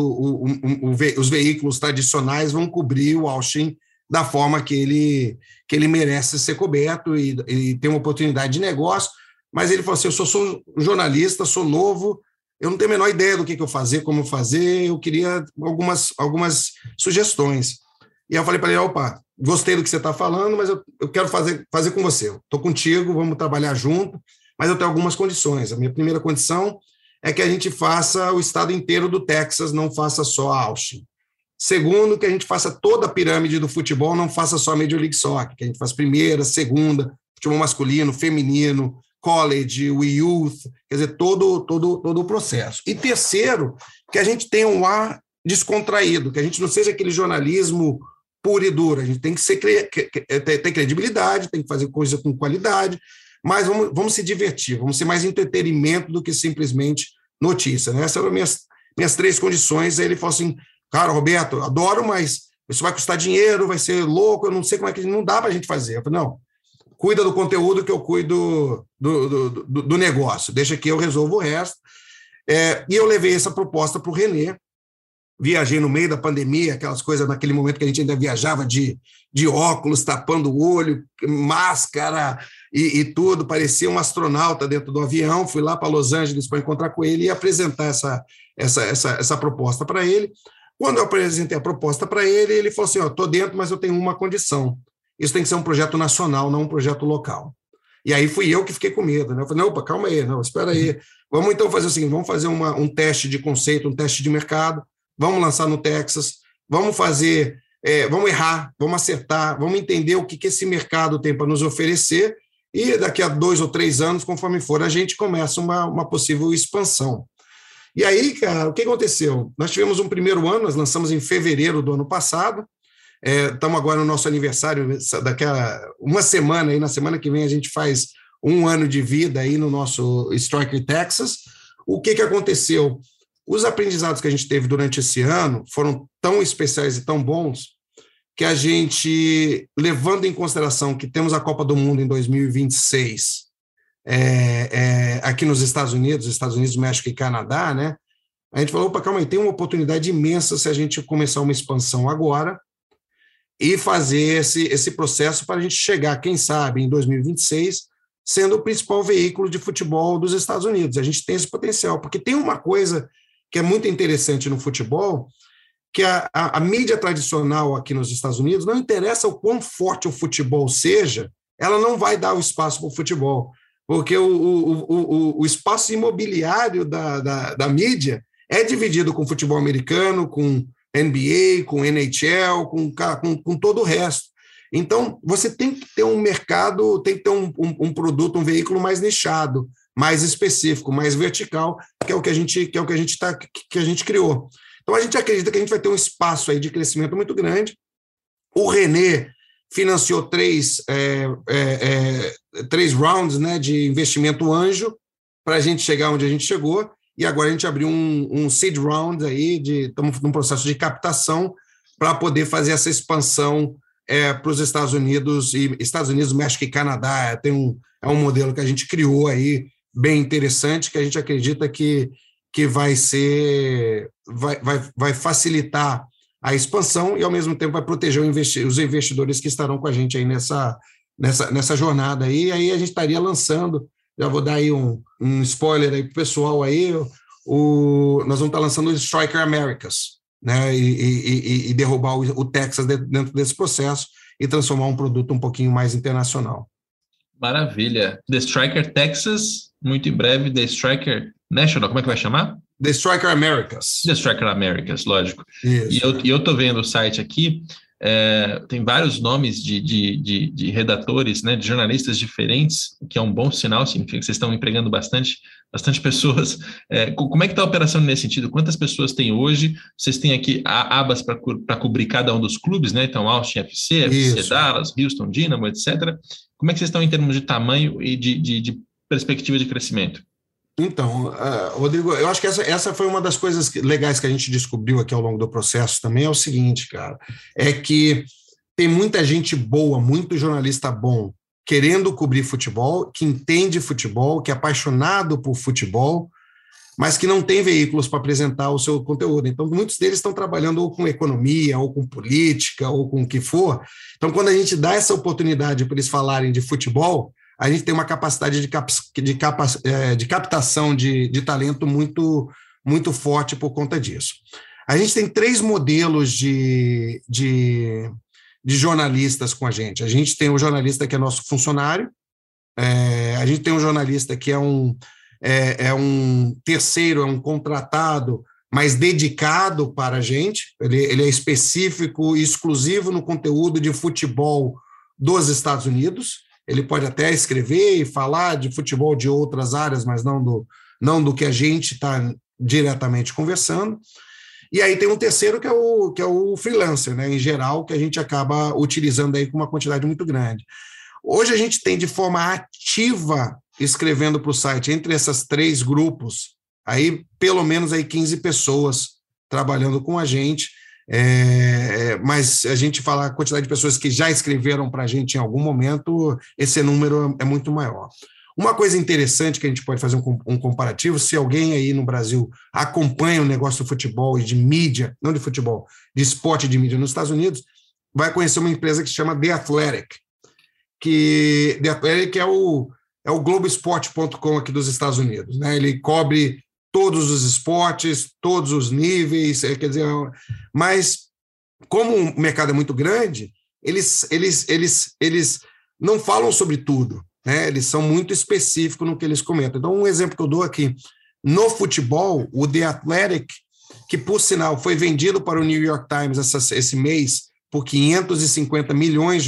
os veículos tradicionais vão cobrir o Austin da forma que ele merece ser coberto e ter uma oportunidade de negócio, mas ele falou assim, eu sou jornalista, sou novo, eu não tenho a menor ideia do que eu fazer, como fazer, eu queria algumas sugestões. E eu falei para ele, opa, gostei do que você está falando, mas eu quero fazer com você. Estou contigo, vamos trabalhar junto, mas eu tenho algumas condições. A minha primeira condição é que a gente faça o estado inteiro do Texas, não faça só Austin. Segundo, que a gente faça toda a pirâmide do futebol, não faça só a Major League Soccer, que a gente faz primeira, segunda, futebol masculino, feminino, college, o youth, quer dizer, todo o processo. E terceiro, que a gente tenha um ar descontraído, que a gente não seja aquele jornalismo puro e duro, a gente tem que ter credibilidade, tem que fazer coisa com qualidade, mas vamos se divertir, vamos ser mais entretenimento do que simplesmente notícia. Né? Essas eram minhas 3 condições. Aí ele falou assim, cara, Roberto, adoro, mas isso vai custar dinheiro, vai ser louco, eu não sei como é que não dá para a gente fazer. Eu falei, não, cuida do conteúdo que eu cuido do negócio, deixa que eu resolvo o resto. E eu levei essa proposta para o René, viajei no meio da pandemia, aquelas coisas naquele momento que a gente ainda viajava de óculos, tapando o olho, máscara e tudo, parecia um astronauta dentro do avião, fui lá para Los Angeles para encontrar com ele e apresentar essa proposta para ele. Quando eu apresentei a proposta para ele, ele falou assim, estou dentro, mas eu tenho uma condição, isso tem que ser um projeto nacional, não um projeto local. E aí fui eu que fiquei com medo, né? Eu falei, opa, calma aí, não, espera aí, vamos então fazer o seguinte, vamos fazer um teste de conceito, um teste de mercado, vamos lançar no Texas, vamos fazer, vamos errar, vamos acertar, vamos entender o que esse mercado tem para nos oferecer e daqui a 2 ou 3 anos, conforme for, a gente começa uma possível expansão. E aí, cara, o que aconteceu? Nós tivemos um primeiro ano, nós lançamos em fevereiro do ano passado, estamos agora no nosso aniversário, daqui a uma semana, aí, na semana que vem a gente faz 1 ano de vida aí no nosso Striker Texas. O que aconteceu? Os aprendizados que a gente teve durante esse ano foram tão especiais e tão bons que a gente, levando em consideração que temos a Copa do Mundo em 2026 aqui nos Estados Unidos, México e Canadá, né? A gente falou, opa, calma aí, tem uma oportunidade imensa se a gente começar uma expansão agora e fazer esse processo para a gente chegar, quem sabe, em 2026, sendo o principal veículo de futebol dos Estados Unidos. A gente tem esse potencial, porque tem uma coisa que é muito interessante no futebol, que a mídia tradicional aqui nos Estados Unidos, não interessa o quão forte o futebol seja, ela não vai dar o espaço para o futebol, porque o espaço imobiliário da mídia é dividido com futebol americano, com NBA, com NHL, com todo o resto. Então, você tem que ter um mercado, tem que ter um produto, um veículo mais nichado, mais específico, mais vertical, que é o que a gente criou. Então, a gente acredita que a gente vai ter um espaço aí de crescimento muito grande. O René financiou 3 rounds, né, de investimento anjo para a gente chegar onde a gente chegou, e agora a gente abriu um seed round aí, estamos num processo de captação para poder fazer essa expansão para os Estados Unidos, México e Canadá. É um modelo que a gente criou aí, bem interessante, que a gente acredita que vai facilitar a expansão e, ao mesmo tempo, vai proteger os investidores que estarão com a gente aí nessa jornada aí. E aí a gente estaria lançando, já vou dar aí um spoiler aí para o pessoal aí, nós vamos estar lançando o Striker Americas, né, e derrubar o Texas dentro desse processo e transformar um produto um pouquinho mais internacional. Maravilha. The Striker Texas, muito em breve, The Striker National, como é que vai chamar? The Striker Americas. The Striker Americas, lógico. Isso. E eu estou vendo o site aqui, tem vários nomes de redatores, né, de jornalistas diferentes, que é um bom sinal, significa que vocês estão empregando bastante pessoas. Como é que está a operação nesse sentido? Quantas pessoas tem hoje? Vocês têm aqui abas para cobrir cada um dos clubes, né? Então, Austin FC Dallas, Houston Dynamo, etc. Como é que vocês estão em termos de tamanho e de perspectiva de crescimento? Então, Rodrigo, eu acho que essa foi uma das coisas legais que a gente descobriu aqui ao longo do processo também, é o seguinte, cara, é que tem muita gente boa, muito jornalista bom, querendo cobrir futebol, que entende futebol, que é apaixonado por futebol, mas que não tem veículos para apresentar o seu conteúdo. Então, muitos deles estão trabalhando ou com economia, ou com política, ou com o que for. Então, quando a gente dá essa oportunidade para eles falarem de futebol, a gente tem uma capacidade de captação de talento muito, muito forte por conta disso. A gente tem 3 modelos de jornalistas com a gente. A gente tem o jornalista que é nosso funcionário, a gente tem um jornalista que é um é um terceiro, é um contratado, mas dedicado para a gente. Ele é específico e exclusivo no conteúdo de futebol dos Estados Unidos. Ele pode até escrever e falar de futebol de outras áreas, mas não do que a gente está diretamente conversando. E aí tem um terceiro que é o freelancer, né, em geral, que a gente acaba utilizando aí com uma quantidade muito grande. Hoje a gente tem de forma ativa, escrevendo para o site, entre esses 3 grupos, aí pelo menos aí 15 pessoas trabalhando com a gente, mas a gente fala a quantidade de pessoas que já escreveram para a gente em algum momento, esse número é muito maior. Uma coisa interessante que a gente pode fazer um comparativo, se alguém aí no Brasil acompanha o negócio do futebol e de mídia, não de futebol, de esporte de mídia nos Estados Unidos, vai conhecer uma empresa que se chama The Athletic, que The Athletic é o Globoesporte.com aqui dos Estados Unidos, né? Ele cobre todos os esportes, todos os níveis, quer dizer, mas como o mercado é muito grande, eles não falam sobre tudo, né? Eles são muito específicos no que eles comentam. Então, um exemplo que eu dou aqui, no futebol, o The Athletic, que por sinal foi vendido para o New York Times esse mês por $550 milhões,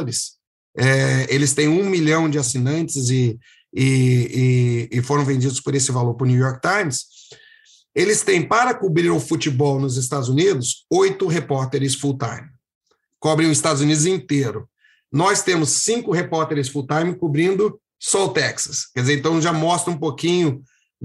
eles têm 1 milhão de assinantes e foram vendidos por esse valor para o New York Times. Eles têm, para cobrir o futebol nos Estados Unidos, 8 repórteres full-time. Cobrem os Estados Unidos inteiro. Nós temos 5 repórteres full-time cobrindo só o Texas. Quer dizer, então já mostra um pouquinho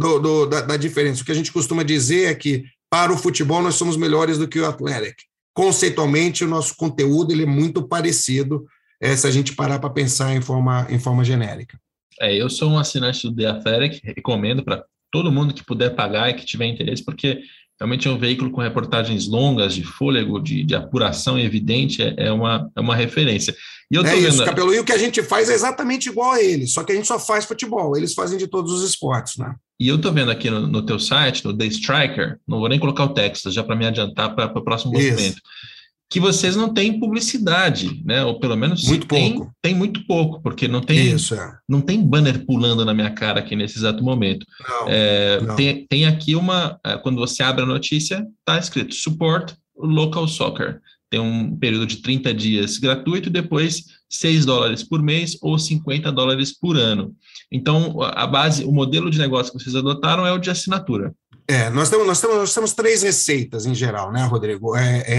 da diferença. O que a gente costuma dizer é que, para o futebol, nós somos melhores do que o Athletic. Conceitualmente, o nosso conteúdo ele é muito parecido, se a gente parar para pensar em forma genérica. Eu sou um assinante do The Athletic, recomendo para todo mundo que puder pagar e que tiver interesse, porque realmente é um veículo com reportagens longas, de fôlego, de apuração evidente, é uma referência. E eu tô isso, vendo... Capelo, e o que a gente faz é exatamente igual a eles, só que a gente só faz futebol, eles fazem de todos os esportes, né? E eu estou vendo aqui no teu site, no The Striker, não vou nem colocar o Texas, já para me adiantar para o próximo documento, que vocês não têm publicidade, né? Ou pelo menos muito pouco. Tem muito pouco, porque não tem banner pulando na minha cara aqui nesse exato momento. Não. Tem aqui quando você abre a notícia, está escrito Support Local Soccer. Tem um período de 30 dias gratuito e depois $6 por mês ou $50 por ano. Então, o modelo de negócio que vocês adotaram é o de assinatura. Nós temos 3 receitas em geral, né, Rodrigo?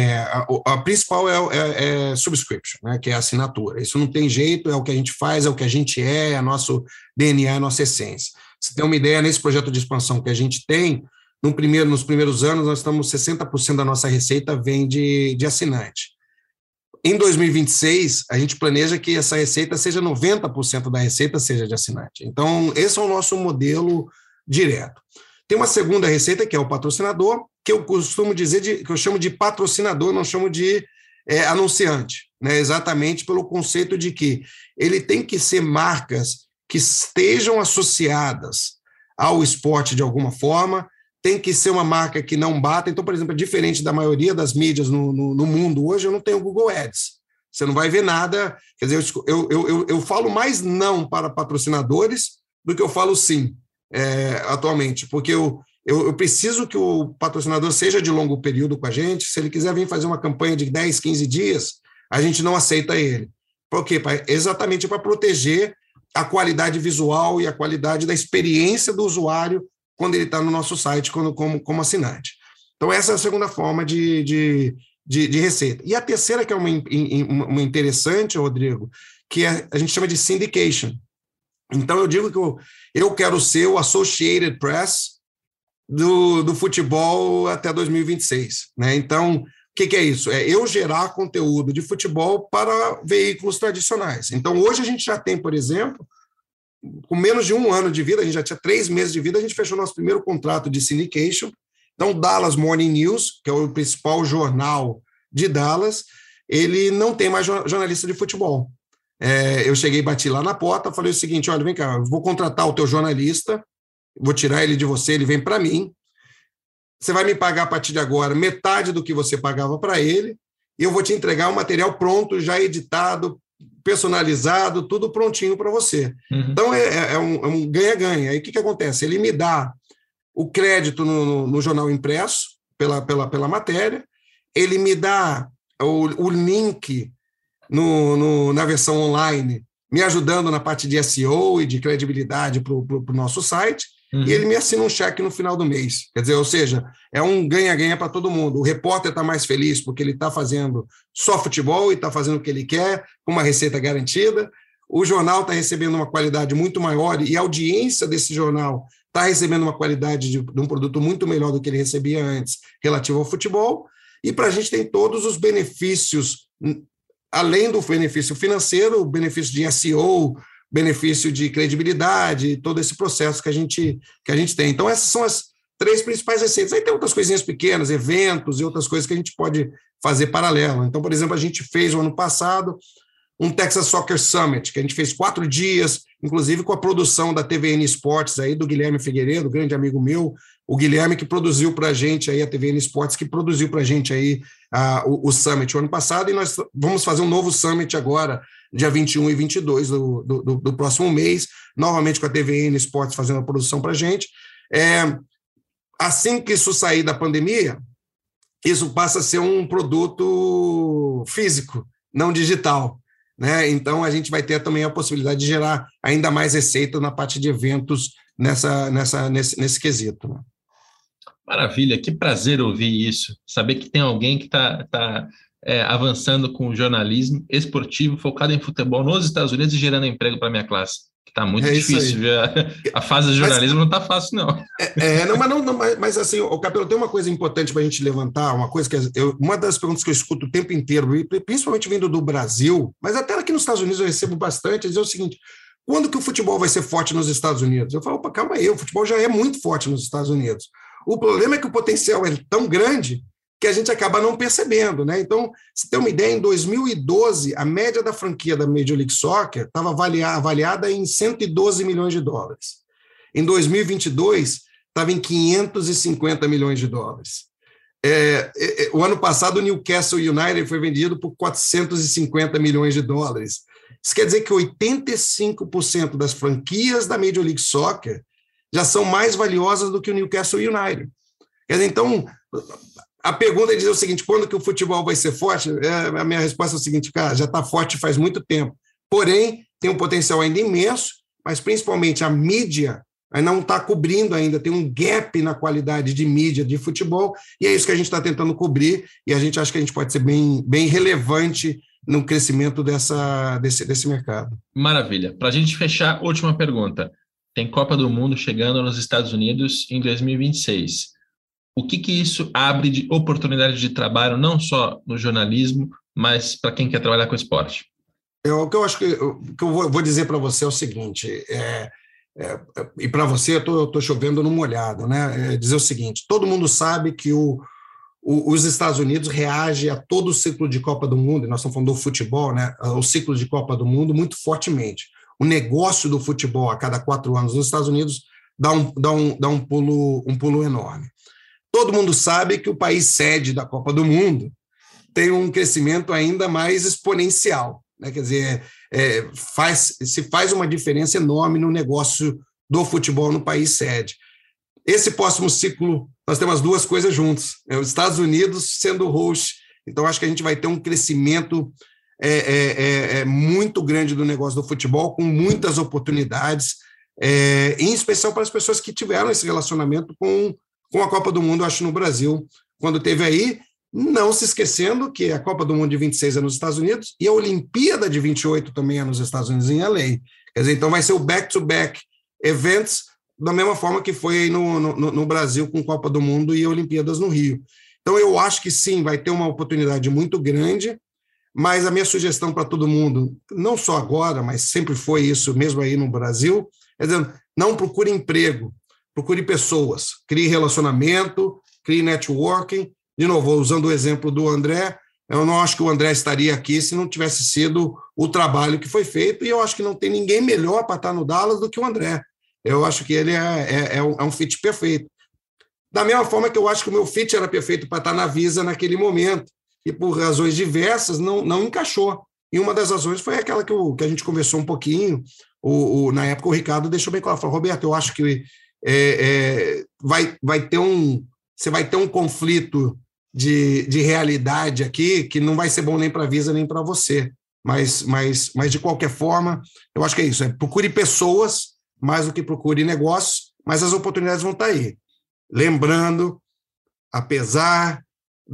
A principal é subscription, né, que é a assinatura. Isso não tem jeito, é o que a gente faz, é o que a gente é nosso DNA, a nossa essência. Você tem uma ideia, nesse projeto de expansão que a gente tem, nos primeiros anos, nós estamos 60% da nossa receita vem de assinante. Em 2026, a gente planeja que essa receita seja 90% da receita seja de assinante. Então, esse é o nosso modelo direto. Tem uma segunda receita, que é o patrocinador, que eu costumo dizer que eu chamo de patrocinador, não chamo de anunciante, né? Exatamente pelo conceito de que ele tem que ser marcas que estejam associadas ao esporte de alguma forma, tem que ser uma marca que não bata. Então, por exemplo, diferente da maioria das mídias no mundo hoje, eu não tenho Google Ads. Você não vai ver nada. Quer dizer, eu falo mais não para patrocinadores do que eu falo sim, atualmente, porque eu preciso que o patrocinador seja de longo período com a gente. Se ele quiser vir fazer uma campanha de 10, 15 dias, a gente não aceita ele. Por quê? Exatamente para proteger a qualidade visual e a qualidade da experiência do usuário quando ele está no nosso site como assinante. Então, essa é a segunda forma de receita. E a terceira, que é uma interessante, Rodrigo, que a gente chama de syndication. Então, eu digo que eu quero ser o Associated Press do futebol até 2026. Né? Então, o que é isso? É eu gerar conteúdo de futebol para veículos tradicionais. Então, hoje a gente já tem, por exemplo, com menos de 1 ano de vida, a gente já tinha 3 meses de vida, a gente fechou nosso primeiro contrato de syndication. Então, Dallas Morning News, que é o principal jornal de Dallas, ele não tem mais jornalista de futebol. Eu cheguei, bati lá na porta, falei o seguinte: olha, vem cá, eu vou contratar o teu jornalista, vou tirar ele de você, ele vem para mim, você vai me pagar a partir de agora metade do que você pagava para ele, e eu vou te entregar um material pronto, já editado, personalizado, tudo prontinho para você. Então, é um ganha-ganha. Aí, o que acontece? Ele me dá o crédito no jornal impresso, pela matéria, ele me dá o link na versão online, me ajudando na parte de SEO e de credibilidade para o nosso site, e ele me assina um cheque no final do mês. Quer dizer, ou seja, é um ganha-ganha para todo mundo. O repórter está mais feliz porque ele está fazendo só futebol e está fazendo o que ele quer, com uma receita garantida. O jornal está recebendo uma qualidade muito maior e a audiência desse jornal está recebendo uma qualidade de um produto muito melhor do que ele recebia antes, relativo ao futebol. E para a gente tem todos os benefícios, além do benefício financeiro, o benefício de SEO, benefício de credibilidade, todo esse processo que a gente tem. Então, essas são as 3 principais receitas. Aí tem outras coisinhas pequenas, eventos e outras coisas que a gente pode fazer paralelo. Então, por exemplo, a gente fez, o ano passado, um Texas Soccer Summit, que a gente fez 4 dias, inclusive com a produção da TVN Esportes, aí, do Guilherme Figueiredo, grande amigo meu, o Guilherme que produziu para a gente, aí, a TVN Esportes, que produziu para a gente aí, o Summit o ano passado, e nós vamos fazer um novo Summit agora, dia 21 e 22 do próximo mês, novamente com a TVN Esportes fazendo a produção para a gente. Assim que isso sair da pandemia, isso passa a ser um produto físico, não digital, né? Então, a gente vai ter também a possibilidade de gerar ainda mais receita na parte de eventos nesse quesito. Né? Maravilha, que prazer ouvir isso, saber que tem alguém que está avançando com o jornalismo esportivo focado em futebol nos Estados Unidos e gerando emprego para a minha classe, que está muito difícil, viu? A fase do jornalismo não está fácil, não. Mas assim, o Capelo, tem uma coisa importante para a gente levantar, uma das perguntas que eu escuto o tempo inteiro, principalmente vindo do Brasil, mas até aqui nos Estados Unidos eu recebo bastante, é dizer o seguinte: quando que o futebol vai ser forte nos Estados Unidos? Eu falo, opa, calma aí, o futebol já é muito forte nos Estados Unidos. O problema é que o potencial é tão grande que a gente acaba não percebendo, né? Então, se tem uma ideia, em 2012, a média da franquia da Major League Soccer estava avaliada em 112 milhões de dólares. Em 2022, estava em 550 milhões de dólares. O ano passado, o Newcastle United foi vendido por 450 milhões de dólares. Isso quer dizer que 85% das franquias da Major League Soccer já são mais valiosas do que o Newcastle United. Quer dizer, então, a pergunta é dizer o seguinte: quando que o futebol vai ser forte? A minha resposta é o seguinte: cara, já está forte faz muito tempo. Porém, tem um potencial ainda imenso, mas principalmente a mídia não está cobrindo ainda, tem um gap na qualidade de mídia de futebol, e é isso que a gente está tentando cobrir, e a gente acha que a gente pode ser bem relevante no crescimento desse mercado. Maravilha. Para a gente fechar, última pergunta. Tem Copa do Mundo chegando nos Estados Unidos em 2026. O que isso abre de oportunidade de trabalho, não só no jornalismo, mas para quem quer trabalhar com esporte? O que eu acho que eu vou dizer para você é o seguinte, e para você eu estou chovendo no molhado, né? Dizer o seguinte: todo mundo sabe que os Estados Unidos reagem a todo o ciclo de Copa do Mundo, e nós estamos falando do futebol, né? O ciclo de Copa do Mundo muito fortemente. O negócio do futebol a cada 4 anos nos Estados Unidos dá um pulo enorme. Todo mundo sabe que o país sede da Copa do Mundo tem um crescimento ainda mais exponencial, né? Quer dizer, se faz uma diferença enorme no negócio do futebol no país sede. Esse próximo ciclo, nós temos as 2 coisas juntas, os Estados Unidos sendo host, então acho que a gente vai ter um crescimento muito grande do negócio do futebol, com muitas oportunidades, em especial para as pessoas que tiveram esse relacionamento com a Copa do Mundo, acho, no Brasil, quando teve aí, não se esquecendo que a Copa do Mundo de 26 é nos Estados Unidos e a Olimpíada de 28 também é nos Estados Unidos, em LA. Quer dizer, então vai ser o back-to-back events, da mesma forma que foi aí no Brasil com Copa do Mundo e Olimpíadas no Rio. Então, eu acho que sim, vai ter uma oportunidade muito grande, mas a minha sugestão para todo mundo, não só agora, mas sempre foi isso mesmo aí no Brasil, é dizer, não procure emprego, procure pessoas, crie relacionamento, crie networking. De novo, usando o exemplo do André, eu não acho que o André estaria aqui se não tivesse sido o trabalho que foi feito, e eu acho que não tem ninguém melhor para estar no Dallas do que o André. Eu acho que ele é um fit perfeito. Da mesma forma que eu acho que o meu fit era perfeito para estar na Visa naquele momento, e por razões diversas não encaixou. E uma das razões foi aquela que a gente conversou um pouquinho. Na época, o Ricardo deixou bem claro, falou, Roberto, eu acho que você vai ter um conflito de realidade aqui que não vai ser bom nem para a Visa nem para você. Mas, de qualquer forma, eu acho que é isso. Procure pessoas mais do que procure negócios, mas as oportunidades vão estar aí. Lembrando, apesar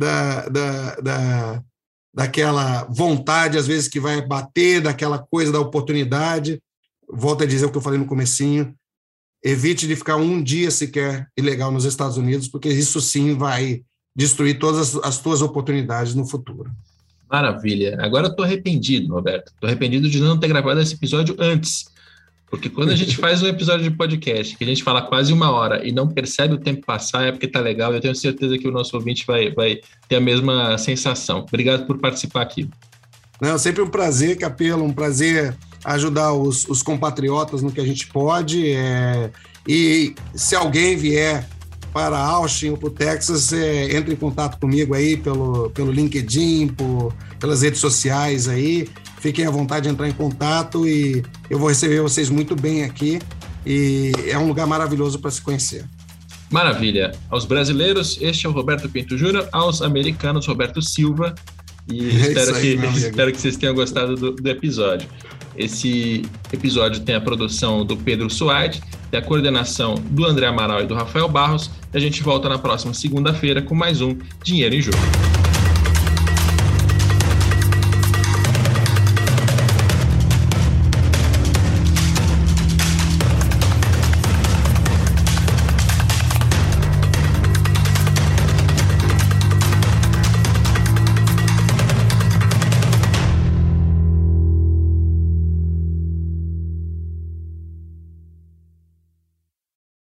daquela vontade, às vezes, que vai bater, daquela coisa da oportunidade, volto a dizer o que eu falei no comecinho, evite de ficar um dia sequer ilegal nos Estados Unidos, porque isso sim vai destruir todas as tuas oportunidades no futuro. Maravilha. Agora eu estou arrependido, Roberto. Estou arrependido de não ter gravado esse episódio antes. Porque quando a gente faz um episódio de podcast, que a gente fala quase 1 hora e não percebe o tempo passar, é porque está legal. Eu tenho certeza que o nosso ouvinte vai ter a mesma sensação. Obrigado por participar aqui. Não, sempre um prazer, Capelo, um prazer ajudar os compatriotas no que a gente pode. E se alguém vier para Austin ou para o Texas, entre em contato comigo aí pelo LinkedIn, pelas redes sociais aí. Fiquem à vontade de entrar em contato e eu vou receber vocês muito bem aqui. E é um lugar maravilhoso para se conhecer. Maravilha. Aos brasileiros, este é o Roberto Pinto Júnior. Aos americanos, Roberto Silva. E espero que vocês tenham gostado do episódio. Esse episódio tem a produção do Pedro Suárez, tem a coordenação do André Amaral e do Rafael Barros. E a gente volta na próxima segunda-feira com mais um Dinheiro em Jogo.